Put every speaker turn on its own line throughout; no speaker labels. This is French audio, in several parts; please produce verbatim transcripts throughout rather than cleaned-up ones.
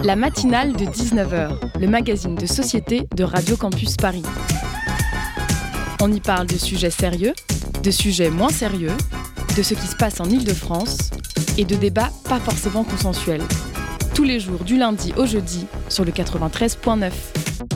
La matinale de dix-neuf heures, le magazine de société de Radio Campus Paris. On y parle de sujets sérieux, de sujets moins sérieux, de ce qui se passe en Île-de-France et de débats pas forcément consensuels. Tous les jours du lundi au jeudi sur le quatre-vingt-treize virgule neuf.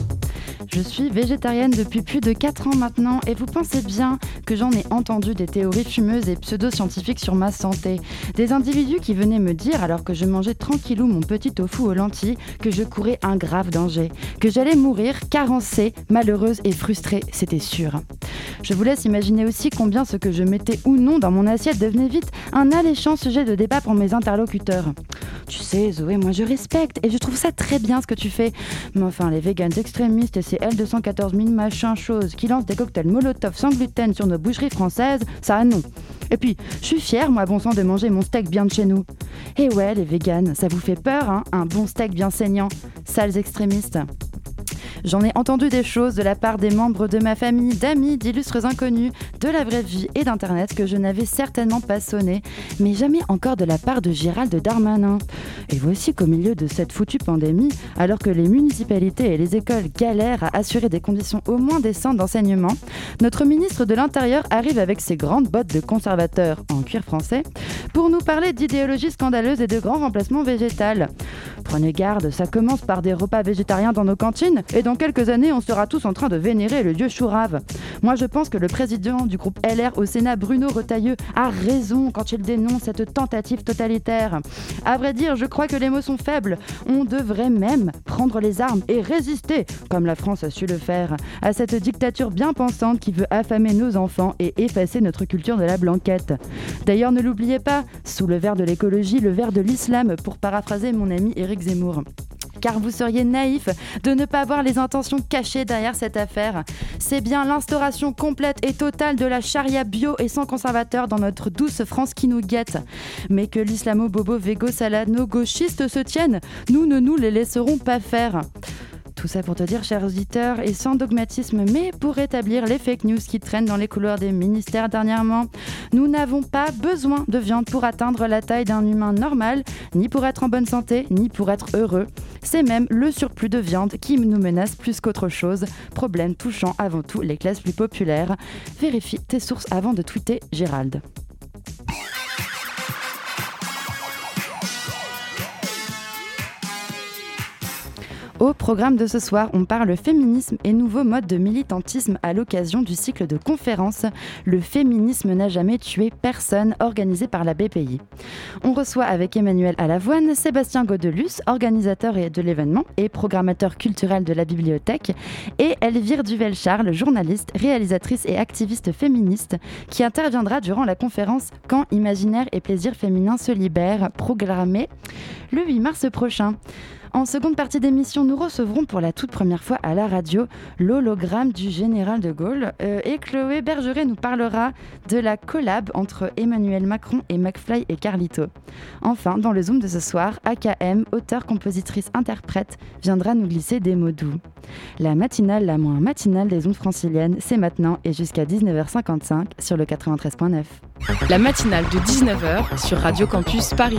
Je suis végétarienne depuis plus de quatre ans maintenant et vous pensez bien que j'en ai entendu des théories fumeuses et pseudo-scientifiques sur ma santé. Des individus qui venaient me dire, alors que je mangeais tranquillou mon petit tofu aux lentilles, que je courais un grave danger, que j'allais mourir carencée, malheureuse et frustrée, c'était sûr. Je vous laisse imaginer aussi combien ce que je mettais ou non dans mon assiette devenait vite un alléchant sujet de débat pour mes interlocuteurs. Tu sais Zoé, moi je respecte et je trouve ça très bien ce que tu fais. Mais enfin, les végans extrémistes et ces L deux cent quatorze mille machin choses qui lancent des cocktails Molotov sans gluten sur nos boucheries françaises, ça non. Et puis, je suis fière, moi, bon sang, de manger mon steak bien de chez nous. Et ouais, les véganes, ça vous fait peur, hein, un bon steak bien saignant, sales extrémistes. J'en ai entendu des choses de la part des membres de ma famille, d'amis, d'illustres inconnus, de la vraie vie et d'internet que je n'avais certainement pas sonné, mais jamais encore de la part de Gérald Darmanin. Et voici qu'au milieu de cette foutue pandémie, alors que les municipalités et les écoles galèrent à assurer des conditions au moins décentes d'enseignement, notre ministre de l'Intérieur arrive avec ses grandes bottes de conservateur en cuir français pour nous parler d'idéologie scandaleuse et de grands remplacements végétaux. Prenez garde, ça commence par des repas végétariens dans nos cantines et dans quelques années, on sera tous en train de vénérer le dieu Chourave. Moi, je pense que le président du groupe L R au Sénat, Bruno Retailleau, a raison quand il dénonce cette tentative totalitaire. À vrai dire, je crois que les mots sont faibles. On devrait même prendre les armes et résister, comme la France a su le faire, à cette dictature bien pensante qui veut affamer nos enfants et effacer notre culture de la blanquette. D'ailleurs, ne l'oubliez pas, sous le verre de l'écologie, le verre de l'islam, pour paraphraser mon ami Éric Zemmour. Car vous seriez naïf de ne pas voir les intentions cachées derrière cette affaire. C'est bien l'instauration complète et totale de la charia bio et sans conservateur dans notre douce France qui nous guette. Mais que l'islamo-bobo végo-salano-gauchiste se tienne, nous ne nous les laisserons pas faire. Tout ça pour te dire, chers auditeurs, et sans dogmatisme, mais pour rétablir les fake news qui traînent dans les couloirs des ministères dernièrement, nous n'avons pas besoin de viande pour atteindre la taille d'un humain normal, ni pour être en bonne santé, ni pour être heureux. C'est même le surplus de viande qui nous menace plus qu'autre chose, problème touchant avant tout les classes plus populaires. Vérifie tes sources avant de tweeter Gérald. Au programme de ce soir, on parle féminisme et nouveaux modes de militantisme à l'occasion du cycle de conférences « Le féminisme n'a jamais tué personne » organisé par la B P I. On reçoit avec Emmanuel Alavoine, Sébastien Godelus, organisateur de l'événement et programmateur culturel de la bibliothèque, et Elvire Duvel-Charles, journaliste, réalisatrice et activiste féministe, qui interviendra durant la conférence « Quand imaginaire et plaisir féminin se libèrent » programmée le huit mars prochain. En seconde partie d'émission, nous recevrons pour la toute première fois à la radio l'hologramme du général de Gaulle euh, et Chloé Bergeret nous parlera de la collab entre Emmanuel Macron et McFly et Carlito. Enfin, dans le Zoom de ce soir, A K M, auteure, compositrice, interprète, viendra nous glisser des mots doux. La matinale, la moins matinale des ondes franciliennes, c'est maintenant et jusqu'à dix-neuf heures cinquante-cinq sur le quatre-vingt-treize virgule neuf.
La matinale de dix-neuf heures sur Radio Campus Paris.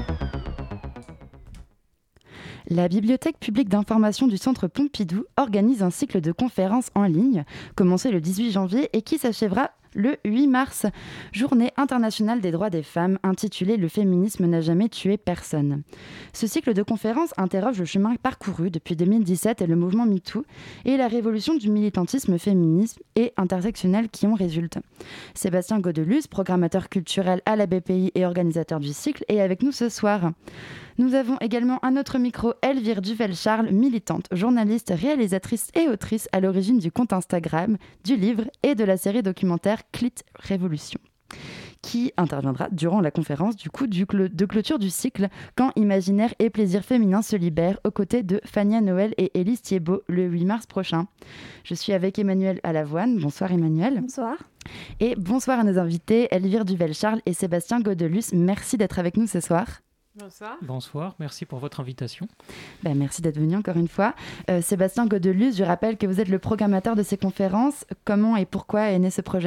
La Bibliothèque publique d'information du Centre Pompidou organise un cycle de conférences en ligne, commencé le dix-huit janvier et qui s'achèvera le huit mars, journée internationale des droits des femmes, intitulée « Le féminisme n'a jamais tué personne ». Ce cycle de conférences interroge le chemin parcouru depuis deux mille dix-sept et le mouvement MeToo et la révolution du militantisme féministe et intersectionnel qui en résulte. Sébastien Godelus, programmateur culturel à la B P I et organisateur du cycle, est avec nous ce soir. Nous avons également à notre micro Elvire Duvel-Charles, militante, journaliste, réalisatrice et autrice à l'origine du compte Instagram, du livre et de la série documentaire Clit Révolution, qui interviendra durant la conférence du coup du clo- de clôture du cycle Quand imaginaire et plaisir féminin se libèrent aux côtés de Fania Noël et Élise Thiebaud le huit mars prochain. Je suis avec Emmanuel Alavoine. Bonsoir Emmanuel.
Bonsoir.
Et bonsoir à nos invités Elvire Duvel-Charles et Sébastien Godelus. Merci d'être avec nous ce soir.
Bonsoir. Bonsoir, merci pour votre invitation.
Ben, merci d'être venu encore une fois. Euh, Sébastien Godelus, je rappelle que vous êtes le programmateur de ces conférences. Comment et pourquoi est né ce projet ?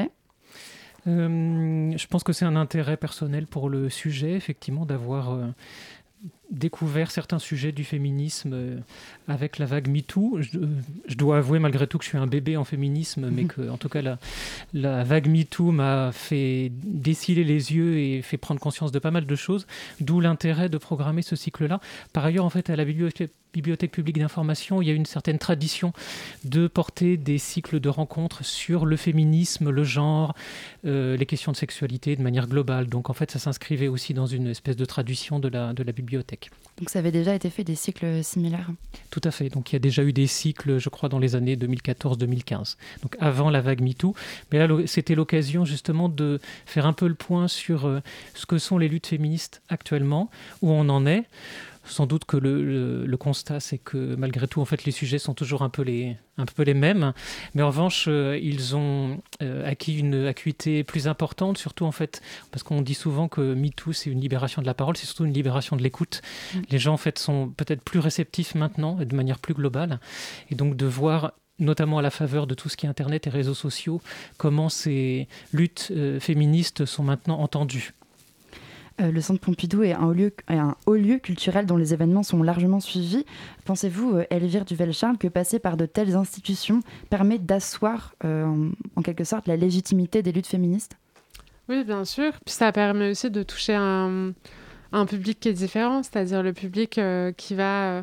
euh, Je pense que c'est un intérêt personnel pour le sujet, effectivement, d'avoir euh, découvert certains sujets du féminisme euh, avec la vague MeToo. Je, je dois avouer malgré tout que je suis un bébé en féminisme, mais que en tout cas la, la vague MeToo m'a fait dessiller les yeux et fait prendre conscience de pas mal de choses, d'où l'intérêt de programmer ce cycle-là. Par ailleurs, en fait, à la bibliothèque Bibliothèque publique d'information, il y a une certaine tradition de porter des cycles de rencontres sur le féminisme, le genre, euh, les questions de sexualité de manière globale. Donc en fait, ça s'inscrivait aussi dans une espèce de tradition de la, de la bibliothèque.
Donc ça avait déjà été fait des cycles similaires.
Tout à fait. Donc il y a déjà eu des cycles, je crois, dans les années deux mille quatorze deux mille quinze. Donc avant la vague MeToo. Mais là, c'était l'occasion justement de faire un peu le point sur euh, ce que sont les luttes féministes actuellement, où on en est. Sans doute que le, le, le constat, c'est que malgré tout, en fait, les sujets sont toujours un peu les, un peu les mêmes. Mais en revanche, euh, ils ont euh, acquis une acuité plus importante, surtout en fait, parce qu'on dit souvent que MeToo, c'est une libération de la parole, c'est surtout une libération de l'écoute. Mmh. Les gens, en fait, sont peut-être plus réceptifs maintenant, et de manière plus globale. Et donc, de voir notamment à la faveur de tout ce qui est Internet et réseaux sociaux, comment ces luttes euh, féministes sont maintenant entendues.
Euh, le Centre Pompidou est un haut lieu, un haut lieu culturel dont les événements sont largement suivis. Pensez-vous, euh, Elvire Duvel-Charles, que passer par de telles institutions permet d'asseoir, euh, en, en quelque sorte, la légitimité des luttes féministes ?
Oui, bien sûr. Puis ça permet aussi de toucher un, un public qui est différent, c'est-à-dire le public euh, qui va... Euh,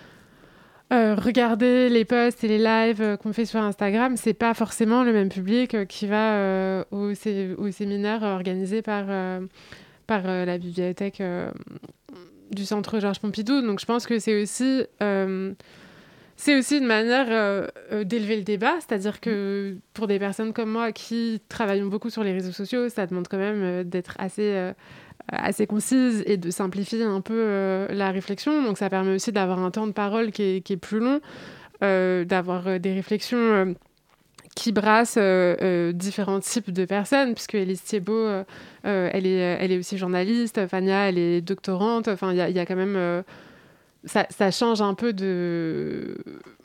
Euh, regarder les posts et les lives euh, qu'on fait sur Instagram, c'est pas forcément le même public euh, qui va euh, au, sé- au séminaire organisé par, euh, par euh, la bibliothèque euh, du Centre Georges Pompidou. Donc je pense que c'est aussi, euh, c'est aussi une manière euh, euh, d'élever le débat, c'est-à-dire que pour des personnes comme moi qui travaillent beaucoup sur les réseaux sociaux, ça demande quand même euh, d'être assez... Euh, assez concise et de simplifier un peu euh, la réflexion. Donc ça permet aussi d'avoir un temps de parole qui est, qui est plus long, euh, d'avoir euh, des réflexions euh, qui brassent euh, euh, différents types de personnes, puisque Élise Thiebaud, euh, euh, elle, est, elle est aussi journaliste, Fania, elle est doctorante. Enfin, il y a, y a quand même... Euh, ça, ça change un peu de...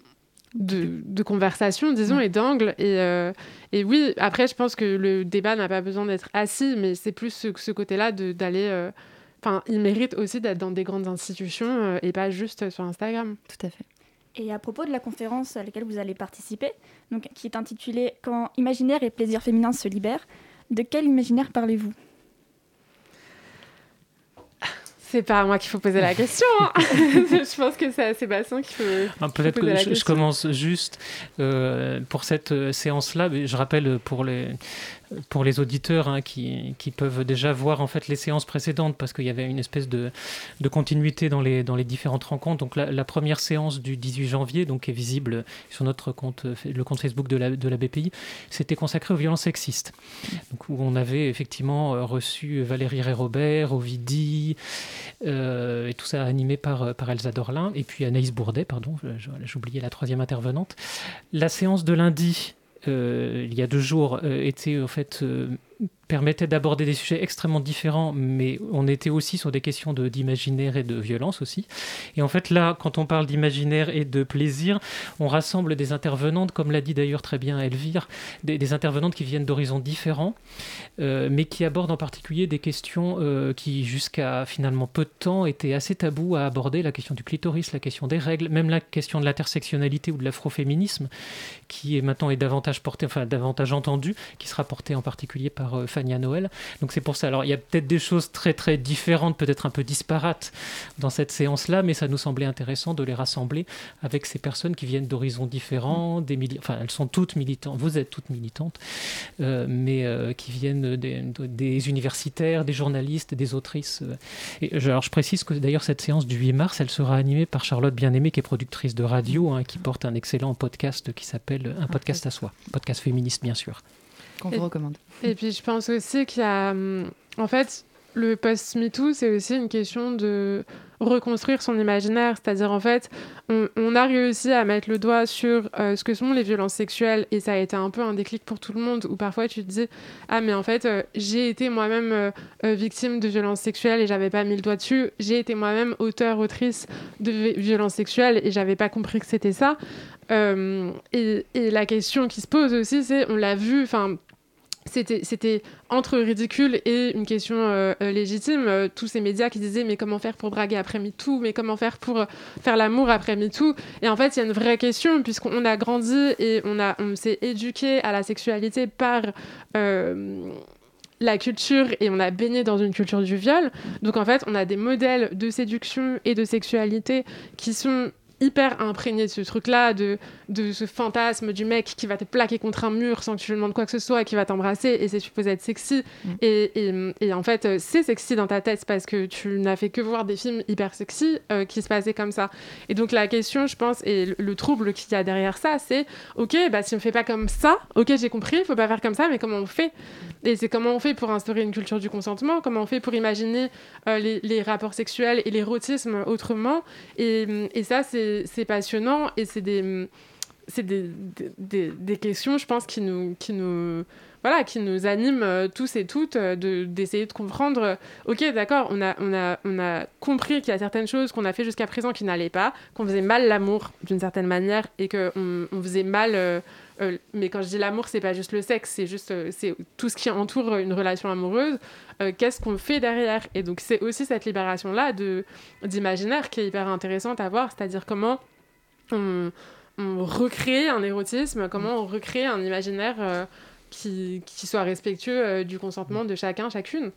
De, de conversation, disons, ouais. et d'angle. Et, euh, et oui, après, je pense que le débat n'a pas besoin d'être assis, mais c'est plus ce, ce côté-là de, d'aller... Enfin, euh, il mérite aussi d'être dans des grandes institutions euh, et pas juste sur Instagram.
Tout à fait.
Et à propos de la conférence à laquelle vous allez participer, donc, qui est intitulée « Quand imaginaire et plaisir féminin se libèrent », de quel imaginaire parlez-vous ?
C'est pas à moi qu'il faut poser la question. Hein. Je pense que c'est à Sébastien qu'il faut,
ah,
qu'il
peut-être
faut poser
que
la
je,
question.
Je commence juste euh, pour cette euh, séance-là. Mais je rappelle pour les, pour les auditeurs hein, qui, qui peuvent déjà voir en fait, les séances précédentes parce qu'il y avait une espèce de, de continuité dans les, dans les différentes rencontres. Donc la, la première séance du dix-huit janvier, donc, qui est visible sur notre compte, le compte Facebook de la, de la B P I, c'était consacré aux violences sexistes. Donc, où on avait effectivement reçu Valérie Rey-Robert, Ovidie, Euh, et tout ça animé par, par Elsa Dorlin et puis Anaïs Bourdet, pardon, j'oubliais la troisième intervenante. La séance de lundi, euh, il y a deux jours, euh, était en fait... Euh, permettait d'aborder des sujets extrêmement différents, mais on était aussi sur des questions de, d'imaginaire et de violence aussi. Et en fait, là, quand on parle d'imaginaire et de plaisir, on rassemble des intervenantes, comme l'a dit d'ailleurs très bien Elvire, des, des intervenantes qui viennent d'horizons différents, euh, mais qui abordent en particulier des questions euh, qui, jusqu'à finalement peu de temps, étaient assez tabous à aborder, la question du clitoris, la question des règles, même la question de l'intersectionnalité ou de l'afroféminisme, qui est maintenant est davantage portée, enfin davantage entendue, qui sera portée en particulier par euh, Fania Noël. Donc c'est pour ça. Alors il y a peut-être des choses très très différentes, peut-être un peu disparates dans cette séance-là, mais ça nous semblait intéressant de les rassembler avec ces personnes qui viennent d'horizons différents, des mili- enfin elles sont toutes militantes, vous êtes toutes militantes, euh, mais euh, qui viennent des, des universitaires, des journalistes, des autrices. Euh. Et je, alors je précise que d'ailleurs cette séance du huit mars, elle sera animée par Charlotte Bien-Aimée, qui est productrice de radio, hein, qui porte un excellent podcast qui s'appelle Un podcast à soi, podcast féministe bien sûr.
Qu'on vous recommande.
Et puis je pense aussi qu'il y a... En fait, le post-MeToo, c'est aussi une question de reconstruire son imaginaire. C'est-à-dire, en fait, on, on a réussi à mettre le doigt sur euh, ce que sont les violences sexuelles et ça a été un peu un déclic pour tout le monde où parfois tu te dis « Ah, mais en fait, euh, j'ai été moi-même euh, euh, victime de violences sexuelles et j'avais pas mis le doigt dessus. J'ai été moi-même auteur, autrice de v- violences sexuelles et j'avais pas compris que c'était ça. Euh, » et, et la question qui se pose aussi, c'est, on l'a vu, enfin... C'était, c'était entre ridicule et une question euh, euh, légitime. Euh, tous ces médias qui disaient mais comment faire pour draguer après MeToo, mais comment faire pour euh, faire l'amour après MeToo. Et en fait, il y a une vraie question puisqu'on a grandi et on, a, on s'est éduqué à la sexualité par euh, la culture et on a baigné dans une culture du viol. Donc en fait, on a des modèles de séduction et de sexualité qui sont hyper imprégné de ce truc-là, de, de ce fantasme du mec qui va te plaquer contre un mur sans que tu lui demandes quoi que ce soit et qui va t'embrasser et c'est supposé être sexy. Mm. Et, et, et en fait, c'est sexy dans ta tête parce que tu n'as fait que voir des films hyper sexy euh, qui se passaient comme ça. Et donc la question, je pense, et le, le trouble qu'il y a derrière ça, c'est ok, bah, si on ne fait pas comme ça, ok, j'ai compris, il ne faut pas faire comme ça, mais comment on fait ? Et c'est comment on fait pour instaurer une culture du consentement, comment on fait pour imaginer euh, les, les rapports sexuels et l'érotisme autrement. Et, et ça, c'est c'est passionnant et c'est des c'est des, des, des questions je pense qui nous qui nous voilà qui nous animent tous et toutes de d'essayer de comprendre ok d'accord on a on a on a compris qu'il y a certaines choses qu'on a fait jusqu'à présent qui n'allaient pas, qu'on faisait mal l'amour d'une certaine manière et que on, on faisait mal euh, euh, mais quand je dis l'amour c'est pas juste le sexe, c'est juste euh, c'est tout ce qui entoure une relation amoureuse. Euh, qu'est-ce qu'on fait derrière ? Et donc c'est aussi cette libération là de d'imaginaire qui est hyper intéressante à voir, c'est-à-dire comment on, on recrée un érotisme, comment on recrée un imaginaire euh, qui, qui soit respectueux euh, du consentement de chacun, chacune.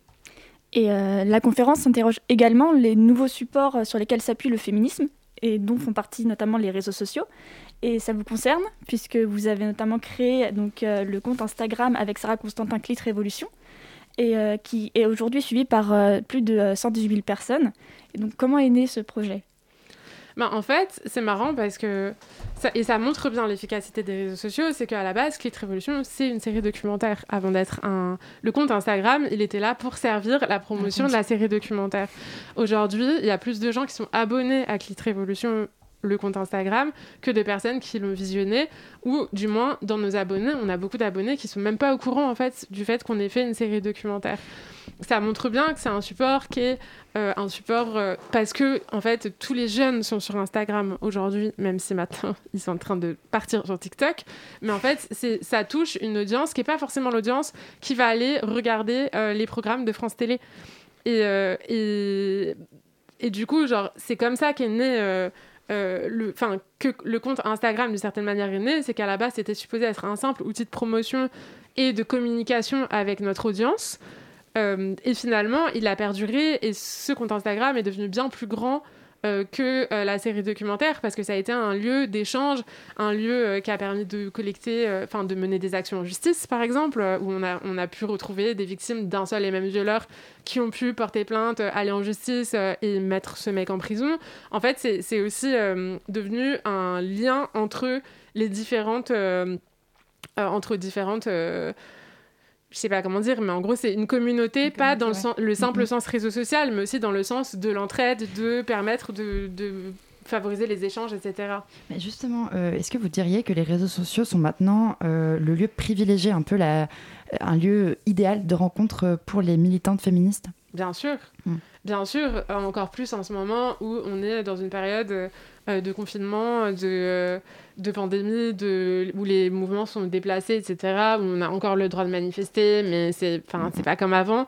Et euh, la conférence s'interroge également les nouveaux supports sur lesquels s'appuie le féminisme et dont font partie notamment les réseaux sociaux. Et ça vous concerne, puisque vous avez notamment créé donc, euh, le compte Instagram avec Sarah Constantin Clit Révolution, et euh, qui est aujourd'hui suivi par euh, plus de cent dix-huit mille personnes. Et donc, comment est né ce projet ?
Ben, en fait, c'est marrant parce que, ça, et ça montre bien l'efficacité des réseaux sociaux, c'est qu'à la base, Clit Révolution, c'est une série documentaire. Avant d'être un... Le compte Instagram, il était là pour servir la promotion de la série documentaire. Aujourd'hui, il y a plus de gens qui sont abonnés à Clit Révolution, le compte Instagram, que de personnes qui l'ont visionné, ou du moins, dans nos abonnés, on a beaucoup d'abonnés qui sont même pas au courant, en fait, du fait qu'on ait fait une série documentaire. Ça montre bien que c'est un support qui est euh, un support euh, parce que, en fait, tous les jeunes sont sur Instagram aujourd'hui, même si maintenant, ils sont en train de partir sur TikTok, mais en fait, c'est, ça touche une audience qui est pas forcément l'audience qui va aller regarder euh, les programmes de France Télé. Et, euh, et, et du coup, genre, c'est comme ça qu'est né... Euh, Euh, le, que le compte Instagram d'une certaine manière est né, c'est qu'à la base c'était supposé être un simple outil de promotion et de communication avec notre audience euh, et finalement il a perduré et ce compte Instagram est devenu bien plus grand euh, que euh, la série documentaire parce que ça a été un lieu d'échange, un lieu euh, qui a permis de collecter, enfin euh, de mener des actions en justice par exemple, euh, où on a, on a pu retrouver des victimes d'un seul et même violeur qui ont pu porter plainte, aller en justice euh, et mettre ce mec en prison. En fait, c'est, c'est aussi euh, devenu un lien entre les différentes... Euh, euh, entre différentes... Euh, je sais pas comment dire, mais en gros, c'est une communauté, une pas communauté, dans le, sen- le simple mm-hmm. sens réseau social, mais aussi dans le sens de l'entraide, de permettre de... de favoriser les échanges, et cetera.
Mais justement, euh, est-ce que vous diriez que les réseaux sociaux sont maintenant euh, le lieu privilégié, un peu la, un lieu idéal de rencontre pour les militantes féministes ?
Bien sûr, mm. bien sûr, encore plus en ce moment où on est dans une période euh, de confinement, de, euh, de pandémie, de, où les mouvements sont déplacés, et cetera, où on a encore le droit de manifester, mais c'est, mm. c'est pas comme avant.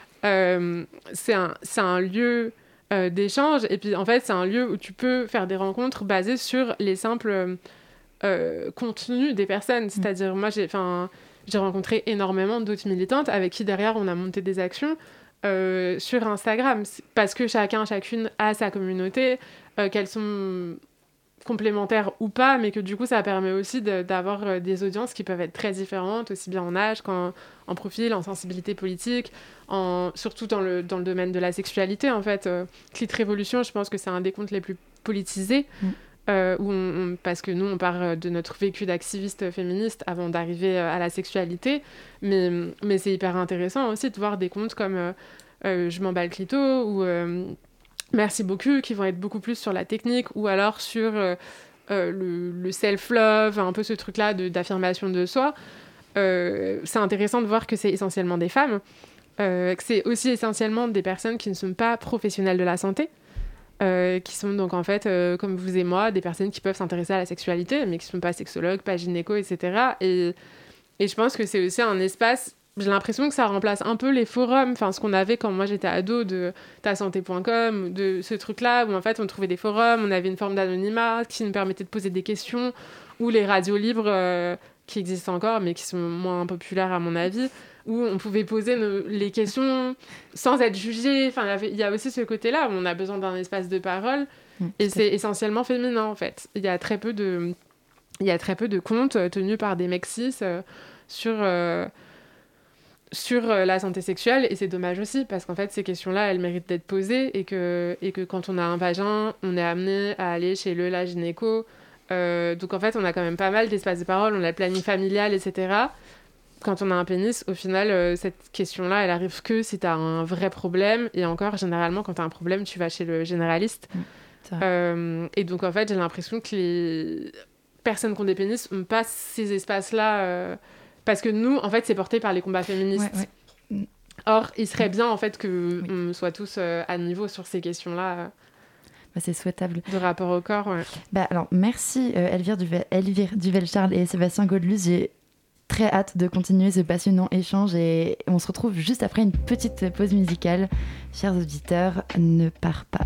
Euh, c'est, un, c'est un lieu... Euh, d'échange et puis en fait c'est un lieu où tu peux faire des rencontres basées sur les simples euh, contenus des personnes, c'est-à-dire moi j'ai, j'ai rencontré énormément d'autres militantes avec qui derrière on a monté des actions euh, sur Instagram parce que chacun chacune a sa communauté, euh, qu'elles sont complémentaires ou pas, mais que du coup ça permet aussi de, d'avoir des audiences qui peuvent être très différentes, aussi bien en âge qu'en en profil, en sensibilité politique, en, surtout dans le, dans le domaine de la sexualité en fait. Euh, Clit Révolution, je pense que c'est un des comptes les plus politisés, mmh. euh, où on, on, parce que nous on part de notre vécu d'activiste féministe avant d'arriver à la sexualité, mais, mais c'est hyper intéressant aussi de voir des comptes comme euh, euh, Je m'emballe clito ou... Euh, Merci beaucoup, qui vont être beaucoup plus sur la technique ou alors sur euh, euh, le, le self-love, un peu ce truc-là de, d'affirmation de soi. Euh, c'est intéressant de voir que c'est essentiellement des femmes, euh, que c'est aussi essentiellement des personnes qui ne sont pas professionnelles de la santé, euh, qui sont donc en fait, euh, comme vous et moi, des personnes qui peuvent s'intéresser à la sexualité, mais qui ne sont pas sexologues, pas gynéco, et cetera. Et, Et je pense que c'est aussi un espace... J'ai l'impression que ça remplace un peu les forums, enfin ce qu'on avait quand moi j'étais ado de ta santé point com, de ce truc-là où en fait on trouvait des forums, on avait une forme d'anonymat qui nous permettait de poser des questions, ou les radios libres euh, qui existent encore mais qui sont moins populaires à mon avis, où on pouvait poser nos, les questions sans être jugé. Enfin, il y a aussi ce côté-là où on a besoin d'un espace de parole mmh, et c'est essentiellement féminin en fait. Il y a très peu de, il y a très peu de comptes tenus par des mecs cis euh, sur euh, sur la santé sexuelle, et c'est dommage aussi parce qu'en fait ces questions-là elles méritent d'être posées, et que, et que quand on a un vagin on est amené à aller chez le la gynéco, euh, donc en fait on a quand même pas mal d'espace de parole, on a le planning familial, etc. Quand on a un pénis, au final euh, cette question-là elle arrive que si t'as un vrai problème, et encore généralement quand t'as un problème tu vas chez le généraliste. Mmh, euh, et donc en fait j'ai l'impression que les personnes qui ont des pénis n'ont pas ces espaces-là euh, parce que nous, en fait, c'est porté par les combats féministes. Ouais, ouais. Or, il serait bien, en fait, qu'on oui. soit tous euh, à niveau sur ces questions-là. Euh,
bah, c'est souhaitable.
De rapport au corps, ouais.
Bah, alors, merci euh, Elvire, Duvel, Elvire Duvel-Charles et Sébastien Gaudeluz. J'ai très hâte de continuer ce passionnant échange, et on se retrouve juste après une petite pause musicale. Chers auditeurs, ne pars pas.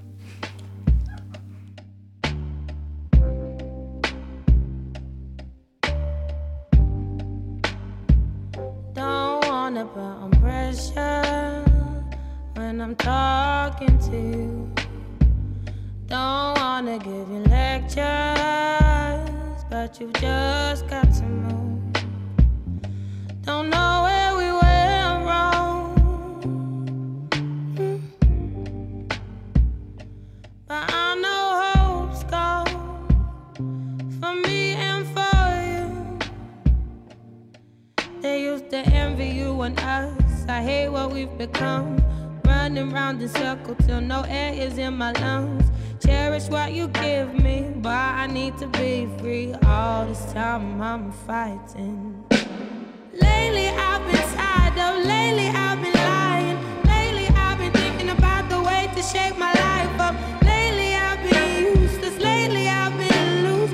Put on pressure when I'm talking to you. Don't wanna give you lectures, but you just got to move. Don't know where we went wrong, mm. But I know hope's gone for me and for you. They used to envy you and us. I hate what we've become. Running round in circles till no air is in my lungs. Cherish what you give me, but I need to be free. All this time I'm fighting. Lately I've been tired of, lately I've been lying. Lately I've been thinking about the way to shake my life up. Lately I've been useless, lately I've been loose.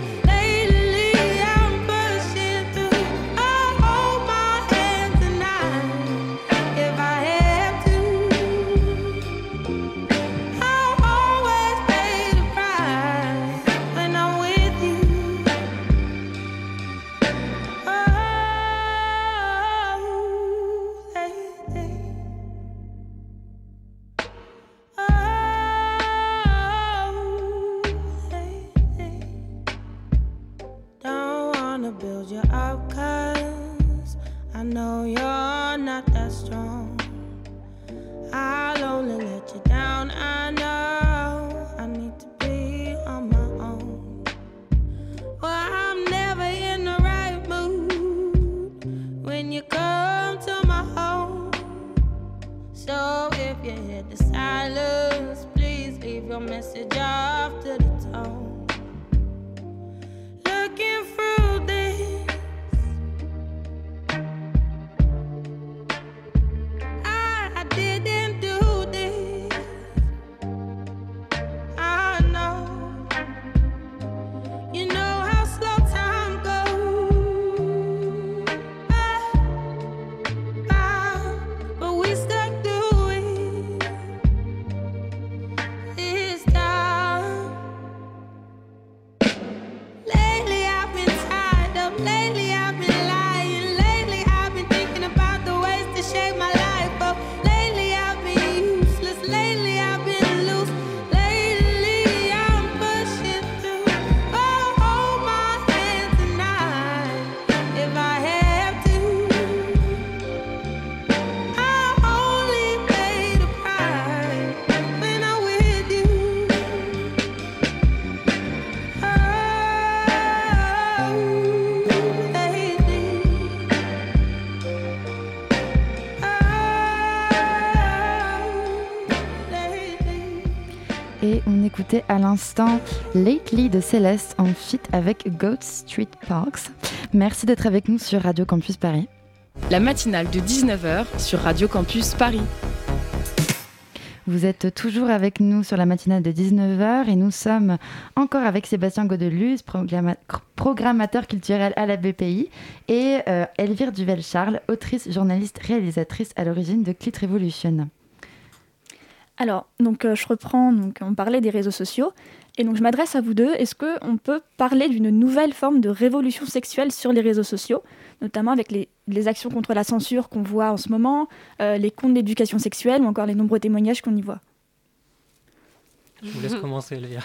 Build you up, cause I know you're not that strong. I'll only let you down, I know. I need to be on my own. Well, I'm never in the right mood when you come to my home. So if you hear the silence, please leave your message after the tone. Looking through this, I, I didn't do this. I know, you know how slow time goes. Ah, ah, but we stuck through it this time. Lately I've been tired of, lately I've been lying. Lately I've been thinking about the ways to shape my life up. Lately I've been useless, lately I've been loose. Lately I'm pushing through. Oh, hold my hand tonight if I have to. I only pay the price when I'm with you.
Et on écoutait à l'instant Lately de Céleste en feat avec Goat Street Parks. Merci d'être avec nous sur Radio Campus Paris.
La matinale de dix-neuf heures sur Radio Campus Paris.
Vous êtes toujours avec nous sur la matinale de dix-neuf heures et nous sommes encore avec Sébastien Godeluz, programma- programmateur culturel à la B P I, et euh, Elvire Duvel-Charles, autrice, journaliste, réalisatrice à l'origine de Clit Revolution.
Alors, donc, euh, je reprends, donc, on parlait des réseaux sociaux, et donc je m'adresse à vous deux. Est-ce qu'on peut parler d'une nouvelle forme de révolution sexuelle sur les réseaux sociaux, notamment avec les, les actions contre la censure qu'on voit en ce moment, euh, les comptes d'éducation sexuelle ou encore les nombreux témoignages qu'on y voit?
Je vous laisse commencer, Léa.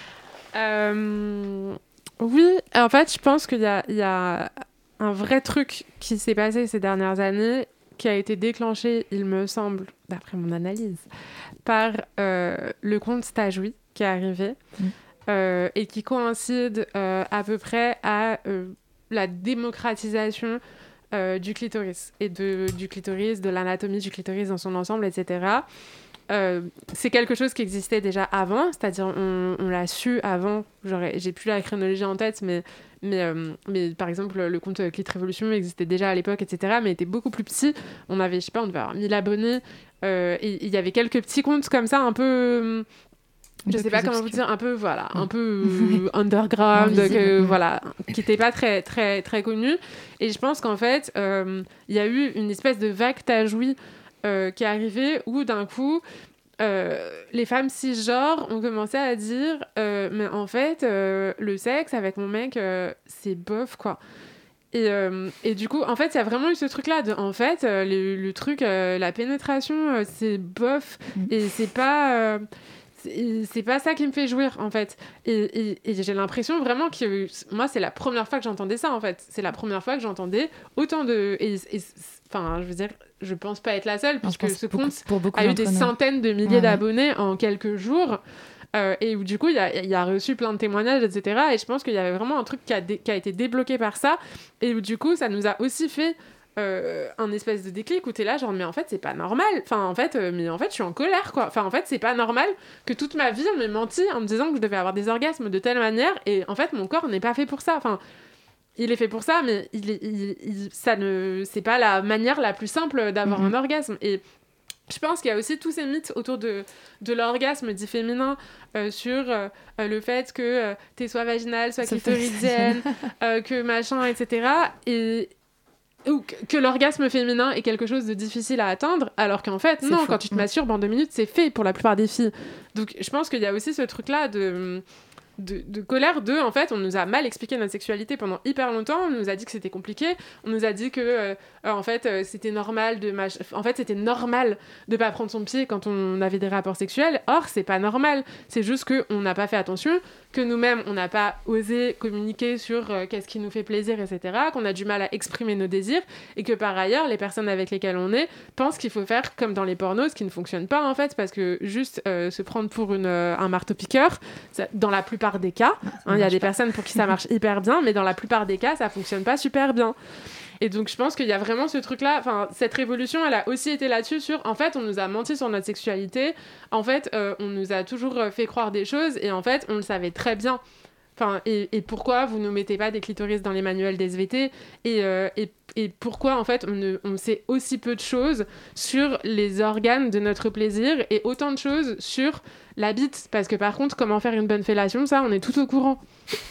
Euh, oui, en fait, je pense qu'il y a, il y a un vrai truc qui s'est passé ces dernières années, qui a été déclenché, il me semble, d'après mon analyse, par euh, le compte Stajoui qui est arrivé mmh. euh, et qui coïncide euh, à peu près à euh, la démocratisation euh, du clitoris et de, du clitoris, de l'anatomie du clitoris dans son ensemble, et cetera. Euh, c'est quelque chose qui existait déjà avant, c'est-à-dire on, on l'a su avant, j'ai plus la chronologie en tête, mais, mais, euh, mais par exemple le compte Clit Revolution existait déjà à l'époque, et cetera, mais était beaucoup plus petit. On avait, je sais pas, on devait avoir mille abonnés, euh, et il y avait quelques petits comptes comme ça, un peu... Je sais pas comment vous dire, un peu, voilà, un peu euh, underground, que, voilà, qui n'était pas très, très, très connu. Et je pense qu'en fait, il euh, y a eu une espèce de vague Tajoui euh, qui est arrivée où, d'un coup, euh, les femmes cisgenres ont commencé à dire euh, mais en fait, euh, le sexe avec mon mec, euh, c'est bof, quoi. Et, euh, et du coup, en fait, il y a vraiment eu ce truc-là de, en fait, euh, le, le truc, euh, la pénétration, euh, c'est bof, mmh. et c'est pas... Euh, C'est, c'est pas ça qui me fait jouir, en fait. Et, et, et j'ai l'impression vraiment que... Moi, c'est la première fois que j'entendais ça, en fait. C'est la première fois que j'entendais autant de... Et, et, enfin, je veux dire, je pense pas être la seule, puisque ce compte a eu des centaines de milliers ouais, d'abonnés ouais. en quelques jours. Euh, et où, du coup, il a, il a reçu plein de témoignages, et cetera. Et je pense qu'il y avait vraiment un truc qui a, dé, qui a été débloqué par ça. Et où, du coup, ça nous a aussi fait... Euh, un espèce de déclic où t'es là genre mais en fait c'est pas normal, enfin en fait euh, mais en fait je suis en colère quoi, enfin en fait c'est pas normal que toute ma vie on m'ait menti en me disant que je devais avoir des orgasmes de telle manière et en fait mon corps n'est pas fait pour ça, enfin il est fait pour ça mais il, il, il, ça ne c'est pas la manière la plus simple d'avoir mm-hmm. un orgasme. Et je pense qu'il y a aussi tous ces mythes autour de, de l'orgasme dit féminin euh, sur euh, le fait que euh, t'es soit vaginale, soit clitoridienne, euh, que machin, et cetera. Et ou que l'orgasme féminin est quelque chose de difficile à atteindre, alors qu'en fait, c'est non, fou. Quand tu te masturbes en deux minutes, c'est fait pour la plupart des filles. Donc je pense qu'il y a aussi ce truc-là de... De, de colère de, en fait, on nous a mal expliqué notre sexualité pendant hyper longtemps, on nous a dit que c'était compliqué, on nous a dit que, euh, en fait, euh, c'était normal de... Mach... En fait, c'était normal de pas prendre son pied quand on avait des rapports sexuels. Or, c'est pas normal. C'est juste qu'on n'a pas fait attention, que nous-mêmes, on n'a pas osé communiquer sur euh, qu'est-ce qui nous fait plaisir, et cetera, qu'on a du mal à exprimer nos désirs, et que, par ailleurs, les personnes avec lesquelles on est pensent qu'il faut faire comme dans les pornos, ce qui ne fonctionne pas, en fait, parce que juste euh, se prendre pour une, euh, un marteau-piqueur, ça, dans la plupart des cas, il hein, y a des pas. personnes pour qui ça marche hyper bien, mais dans la plupart des cas, ça fonctionne pas super bien. Et donc, je pense qu'il y a vraiment ce truc-là, enfin, cette révolution, elle a aussi été là-dessus sur, en fait, on nous a menti sur notre sexualité, en fait, euh, on nous a toujours fait croire des choses, et en fait, on le savait très bien. Enfin, et, et pourquoi vous ne mettez pas des clitoris dans les manuels des S V T et, euh, et, et pourquoi, en fait, on, ne, on sait aussi peu de choses sur les organes de notre plaisir et autant de choses sur la bite. Parce que, par contre, comment faire une bonne fellation, ça, on est tout au courant.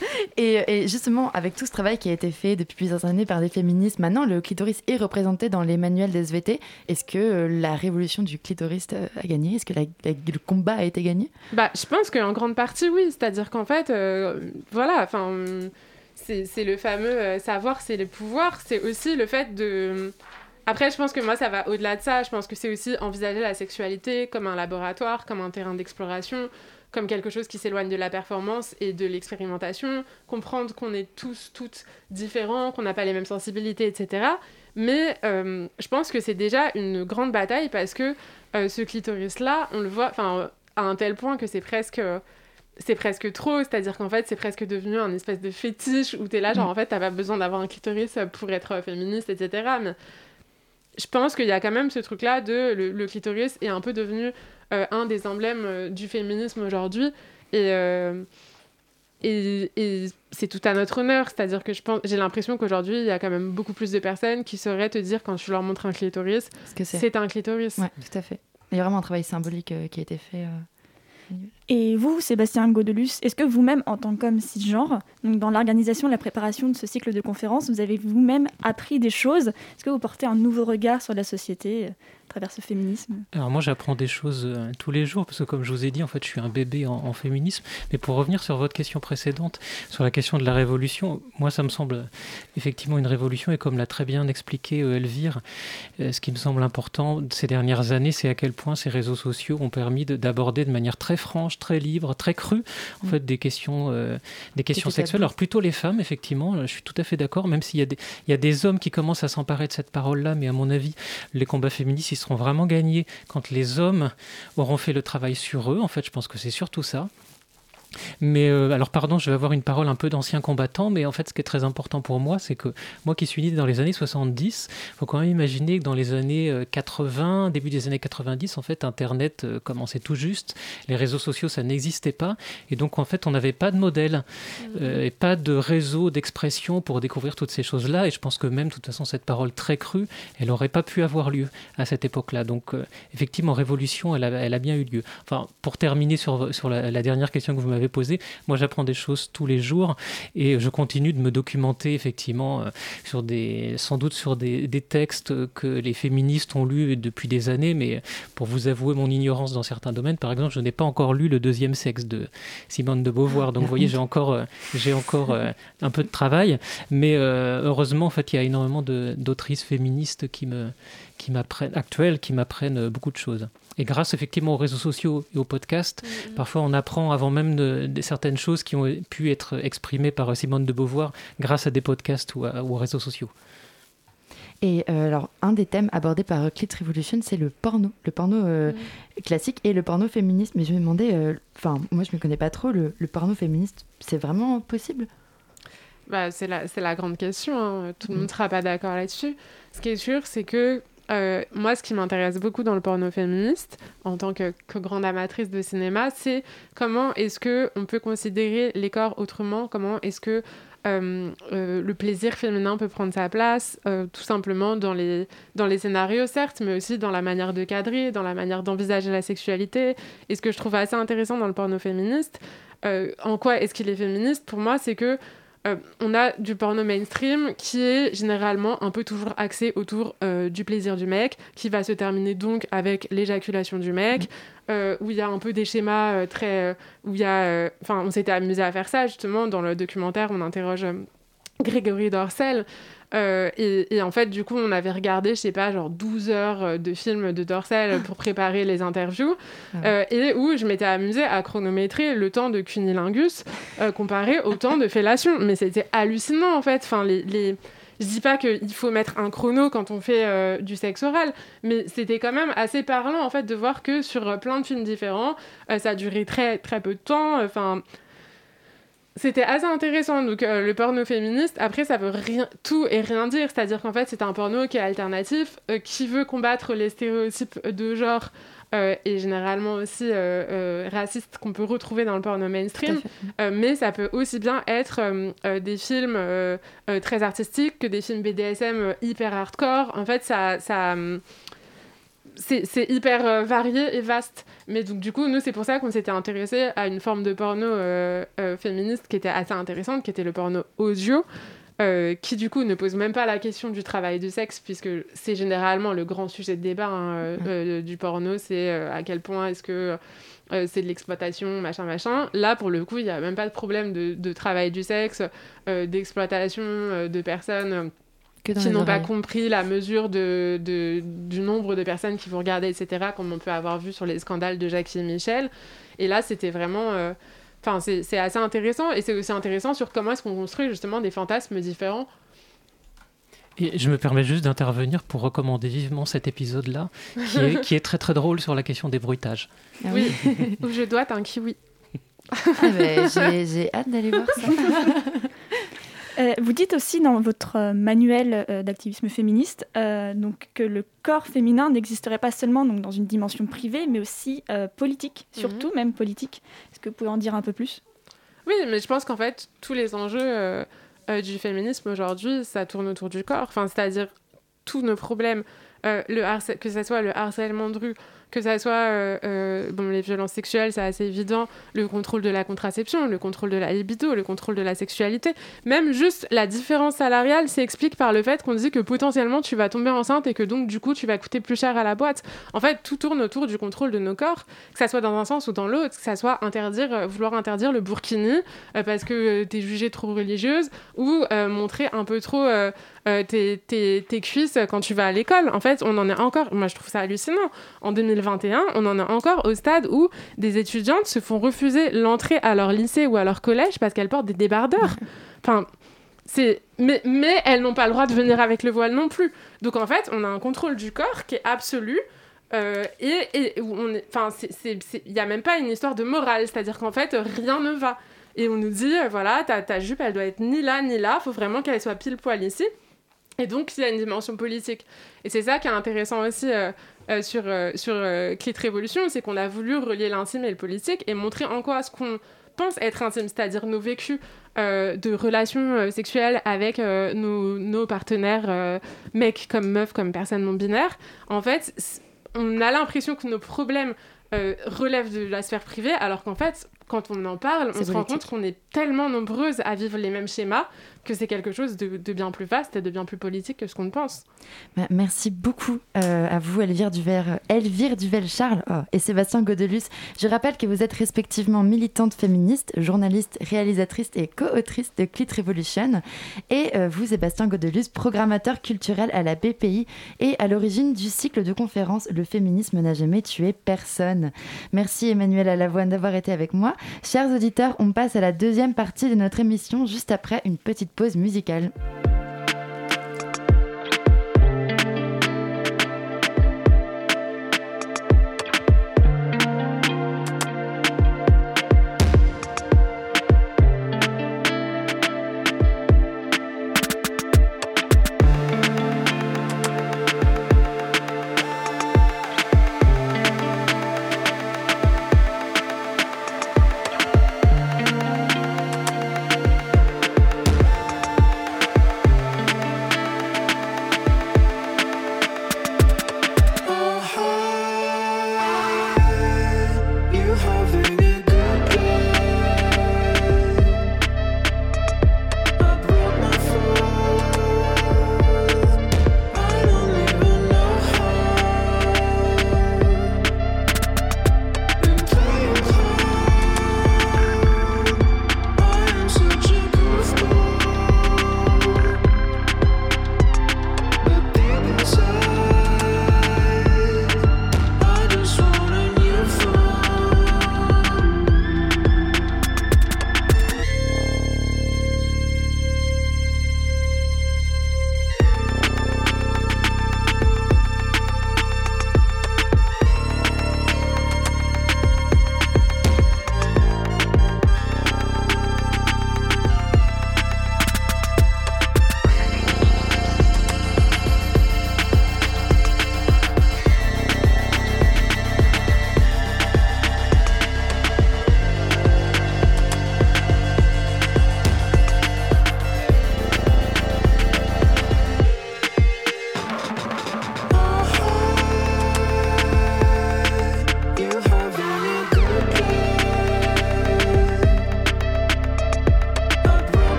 Et, et justement, avec tout ce travail qui a été fait depuis plusieurs années par des féministes, maintenant, le clitoris est représenté dans les manuels des S V T. Est-ce que euh, la révolution du clitoris a gagné ? Est-ce que la, la, le combat a été gagné ?
Bah, je pense qu'en grande partie, oui. C'est-à-dire qu'en fait, euh, voilà, enfin, c'est, c'est le fameux euh, savoir, c'est le pouvoir. C'est aussi le fait de... Après, je pense que moi, ça va au-delà de ça. Je pense que c'est aussi envisager la sexualité comme un laboratoire, comme un terrain d'exploration, comme quelque chose qui s'éloigne de la performance et de l'expérimentation, comprendre qu'on est tous, toutes différents, qu'on n'a pas les mêmes sensibilités, et cetera. Mais euh, je pense que c'est déjà une grande bataille parce que euh, ce clitoris-là, on le voit à un tel point que c'est presque... c'est presque trop, c'est-à-dire qu'en fait, c'est presque devenu un espèce de fétiche où t'es là, genre, en fait, t'as pas besoin d'avoir un clitoris pour être féministe, et cetera. Mais je pense qu'il y a quand même ce truc-là de... Le, le clitoris est un peu devenu euh, un des emblèmes euh, du féminisme aujourd'hui. Et, euh, et, et c'est tout à notre honneur, c'est-à-dire que je pense, j'ai l'impression qu'aujourd'hui, il y a quand même beaucoup plus de personnes qui sauraient te dire, quand tu leur montres un clitoris, que c'est. c'est un clitoris.
Ouais, tout à fait. Il y a vraiment un travail symbolique euh, qui a été fait. Euh...
Et vous, Sébastien Gaudelus, est-ce que vous-même, en tant qu'homme cisgenre, donc dans l'organisation, la préparation de ce cycle de conférences, vous avez vous-même appris des choses ? Est-ce que vous portez un nouveau regard sur la société à travers ce féminisme ?
Alors moi, j'apprends des choses euh, tous les jours, parce que comme je vous ai dit, en fait, je suis un bébé en, en féminisme. Mais pour revenir sur votre question précédente, sur la question de la révolution, moi, ça me semble effectivement une révolution, et comme l'a très bien expliqué euh, Elvire, euh, ce qui me semble important ces dernières années, c'est à quel point ces réseaux sociaux ont permis de, d'aborder de manière très franche, très libre, très crue, en mmh. fait, des questions, euh, des questions sexuelles. Alors plutôt les femmes, effectivement, je suis tout à fait d'accord, même s'il y a des, il y a des hommes qui commencent à s'emparer de cette parole-là, mais à mon avis, les combats féministes, ils seront vraiment gagnés quand les hommes auront fait le travail sur eux. En fait, je pense que c'est surtout ça. Mais euh, alors pardon, je vais avoir une parole un peu d'ancien combattant, mais en fait ce qui est très important pour moi, c'est que moi qui suis né dans les années soixante-dix, il faut quand même imaginer que dans les années quatre-vingts, début des années quatre-vingt-dix, en fait Internet euh, commençait tout juste, les réseaux sociaux ça n'existait pas, et donc en fait on n'avait pas de modèle euh, et pas de réseau d'expression pour découvrir toutes ces choses-là, et je pense que même de toute façon cette parole très crue, elle n'aurait pas pu avoir lieu à cette époque-là. Donc euh, effectivement, révolution, elle a, elle a bien eu lieu. Enfin, pour terminer sur, sur la, la dernière question que vous m'avez posé. Moi, j'apprends des choses tous les jours et je continue de me documenter effectivement euh, sur des, sans doute sur des, des textes que les féministes ont lus depuis des années, mais pour vous avouer mon ignorance dans certains domaines, par exemple, je n'ai pas encore lu Le deuxième sexe de Simone de Beauvoir. Donc, vous voyez, j'ai encore, euh, j'ai encore euh, un peu de travail, mais euh, heureusement, en fait, il y a énormément de, d'autrices féministes qui me, qui m'apprennent, actuelles, qui m'apprennent beaucoup de choses. Et grâce effectivement aux réseaux sociaux et aux podcasts, mmh. parfois on apprend avant même de, de certaines choses qui ont pu être exprimées par Simone de Beauvoir grâce à des podcasts ou, à, ou aux réseaux sociaux.
Et euh, alors, un des thèmes abordés par Clit Revolution, c'est le porno, le porno euh, mmh. classique et le porno féministe. Mais je me demandais, enfin, euh, moi je ne me connais pas trop, le, le porno féministe, c'est vraiment possible ?
Bah, c'est, la, c'est la grande question, hein. Tout le mmh. monde ne sera pas d'accord là-dessus. Ce qui est sûr, c'est que Euh, moi, ce qui m'intéresse beaucoup dans le porno féministe, en tant que, que grande amatrice de cinéma, c'est comment est-ce qu'on peut considérer les corps autrement, comment est-ce que euh, euh, le plaisir féminin peut prendre sa place, euh, tout simplement dans les, dans les scénarios, certes, mais aussi dans la manière de cadrer, dans la manière d'envisager la sexualité. Et ce que je trouve assez intéressant dans le porno féministe, euh, en quoi est-ce qu'il est féministe, pour moi, c'est que Euh, on a du porno mainstream qui est généralement un peu toujours axé autour euh, du plaisir du mec, qui va se terminer donc avec l'éjaculation du mec, mmh. euh, où il y a un peu des schémas euh, très... Euh, où il y a... Enfin, euh, on s'était amusé à faire ça, justement, dans le documentaire, on interroge euh, Grégory Dorcel, Euh, et, et en fait, du coup, on avait regardé, je sais pas, genre douze heures de films de Dorcel pour préparer les interviews, ah. euh, et où je m'étais amusée à chronométrer le temps de cunilingus euh, comparé au temps de fellation. Mais c'était hallucinant, en fait. Enfin, les... les... Je dis pas qu'il faut mettre un chrono quand on fait euh, du sexe oral, mais c'était quand même assez parlant, en fait, de voir que sur euh, plein de films différents, euh, ça a duré très, très peu de temps. Enfin... Euh, C'était assez intéressant. Donc, euh, le porno féministe, après, ça veut rien, tout et rien dire. C'est-à-dire qu'en fait, c'est un porno qui est alternatif, euh, qui veut combattre les stéréotypes de genre euh, et généralement aussi euh, euh, racistes qu'on peut retrouver dans le porno mainstream. Euh, mais ça peut aussi bien être euh, euh, des films euh, euh, très artistiques que des films B D S M euh, hyper hardcore. En fait, ça... ça euh, C'est, c'est hyper euh, varié et vaste. Mais donc, du coup, nous, c'est pour ça qu'on s'était intéressés à une forme de porno euh, euh, féministe qui était assez intéressante, qui était le porno audio, euh, qui, du coup, ne pose même pas la question du travail du sexe, puisque c'est généralement le grand sujet de débat hein, euh, euh, du porno, c'est euh, à quel point est-ce que euh, c'est de l'exploitation, machin, machin. Là, pour le coup, il n'y a même pas de problème de, de travail du sexe, euh, d'exploitation euh, de personnes... Euh, qui n'ont pas compris la mesure de, de, du nombre de personnes qui vont regarder, et cetera, comme on peut avoir vu sur les scandales de Jackie et Michel. Et là, c'était vraiment... Enfin, euh, c'est, c'est assez intéressant. Et c'est aussi intéressant sur comment est-ce qu'on construit justement des fantasmes différents.
Et je me permets juste d'intervenir pour recommander vivement cet épisode-là, qui est, qui est très très drôle sur la question des bruitages.
Ah oui, où je dois un kiwi.
Ah ben, j'ai, j'ai hâte d'aller voir ça.
Euh, vous dites aussi dans votre euh, manuel euh, d'activisme féministe euh, donc, que le corps féminin n'existerait pas seulement donc, dans une dimension privée, mais aussi euh, politique, surtout mm-hmm. même politique. Est-ce que vous pouvez en dire un peu plus ?
Oui, mais je pense qu'en fait, tous les enjeux euh, euh, du féminisme aujourd'hui, ça tourne autour du corps. Enfin, c'est-à-dire tous nos problèmes, euh, le harcè- que ce soit le harcèlement de rue, que ça soit euh, euh, bon, les violences sexuelles, c'est assez évident, le contrôle de la contraception, le contrôle de la libido, le contrôle de la sexualité, même juste la différence salariale s'explique par le fait qu'on dit que potentiellement tu vas tomber enceinte et que donc du coup tu vas coûter plus cher à la boîte. En fait, tout tourne autour du contrôle de nos corps, que ça soit dans un sens ou dans l'autre, que ça soit interdire, euh, vouloir interdire le burkini euh, parce que euh, t'es jugée trop religieuse ou euh, montrer un peu trop euh, euh, tes, tes, tes cuisses quand tu vas à l'école. En fait, on en est encore, moi je trouve ça hallucinant, en deux mille vingt et un, on en est encore au stade où des étudiantes se font refuser l'entrée à leur lycée ou à leur collège parce qu'elles portent des débardeurs. Enfin, c'est... Mais, mais elles n'ont pas le droit de venir avec le voile non plus. Donc en fait, on a un contrôle du corps qui est absolu. Euh, et, et où on est, enfin, c'est, c'est, c'est, y a même pas une histoire de morale, c'est-à-dire qu'en fait, rien ne va. Et on nous dit, euh, voilà, ta, ta jupe, elle doit être ni là, ni là, faut vraiment qu'elle soit pile poil ici. Et donc, il y a une dimension politique. Et c'est ça qui est intéressant aussi euh, euh, sur, euh, sur euh, Clit Révolution, c'est qu'on a voulu relier l'intime et le politique et montrer en quoi ce qu'on pense être intime, c'est-à-dire nos vécus euh, de relations euh, sexuelles avec euh, nos, nos partenaires, euh, mecs comme meufs, comme personnes non binaires. En fait, on a l'impression que nos problèmes euh, relèvent de la sphère privée, alors qu'en fait, quand on en parle, c'est on politique. Se rend compte qu'on est tellement nombreuses à vivre les mêmes schémas que c'est quelque chose de, de bien plus vaste et de bien plus politique que ce qu'on pense.
Bah, merci beaucoup euh, à vous, Elvire Duvel, Elvire Duvel-Charles oh, et Sébastien Godelus. Je rappelle que vous êtes respectivement militante féministe, journaliste, réalisatrice et co-autrice de Clit Revolution. Et euh, vous, Sébastien Godelus, programmateur culturel à la B P I et à l'origine du cycle de conférences « Le féminisme n'a jamais tué personne ». Merci Emmanuel Alavoine d'avoir été avec moi. Chers auditeurs, on passe à la deuxième partie de notre émission juste après une petite pause musicale.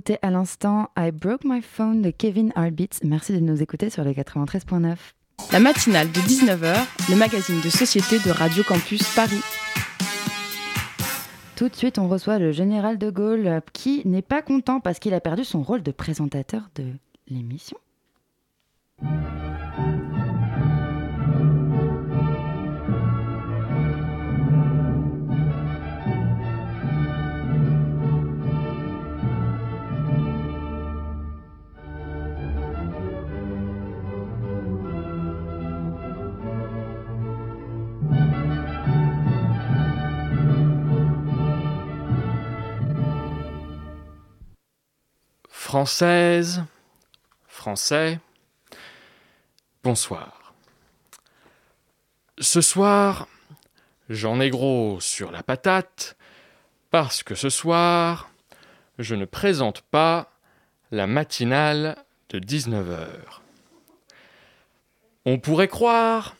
C'était à l'instant I Broke My Phone de Kevin Heartbeats. Merci de nous écouter sur le quatre-vingt-treize point neuf.
La matinale de dix-neuf heures, le magazine de société de Radio Campus Paris.
Tout de suite, on reçoit le général de Gaulle qui n'est pas content parce qu'il a perdu son rôle de présentateur de l'émission.
Française, Français, bonsoir. Ce soir, j'en ai gros sur la patate, parce que ce soir, je ne présente pas la matinale de dix-neuf heures. On pourrait croire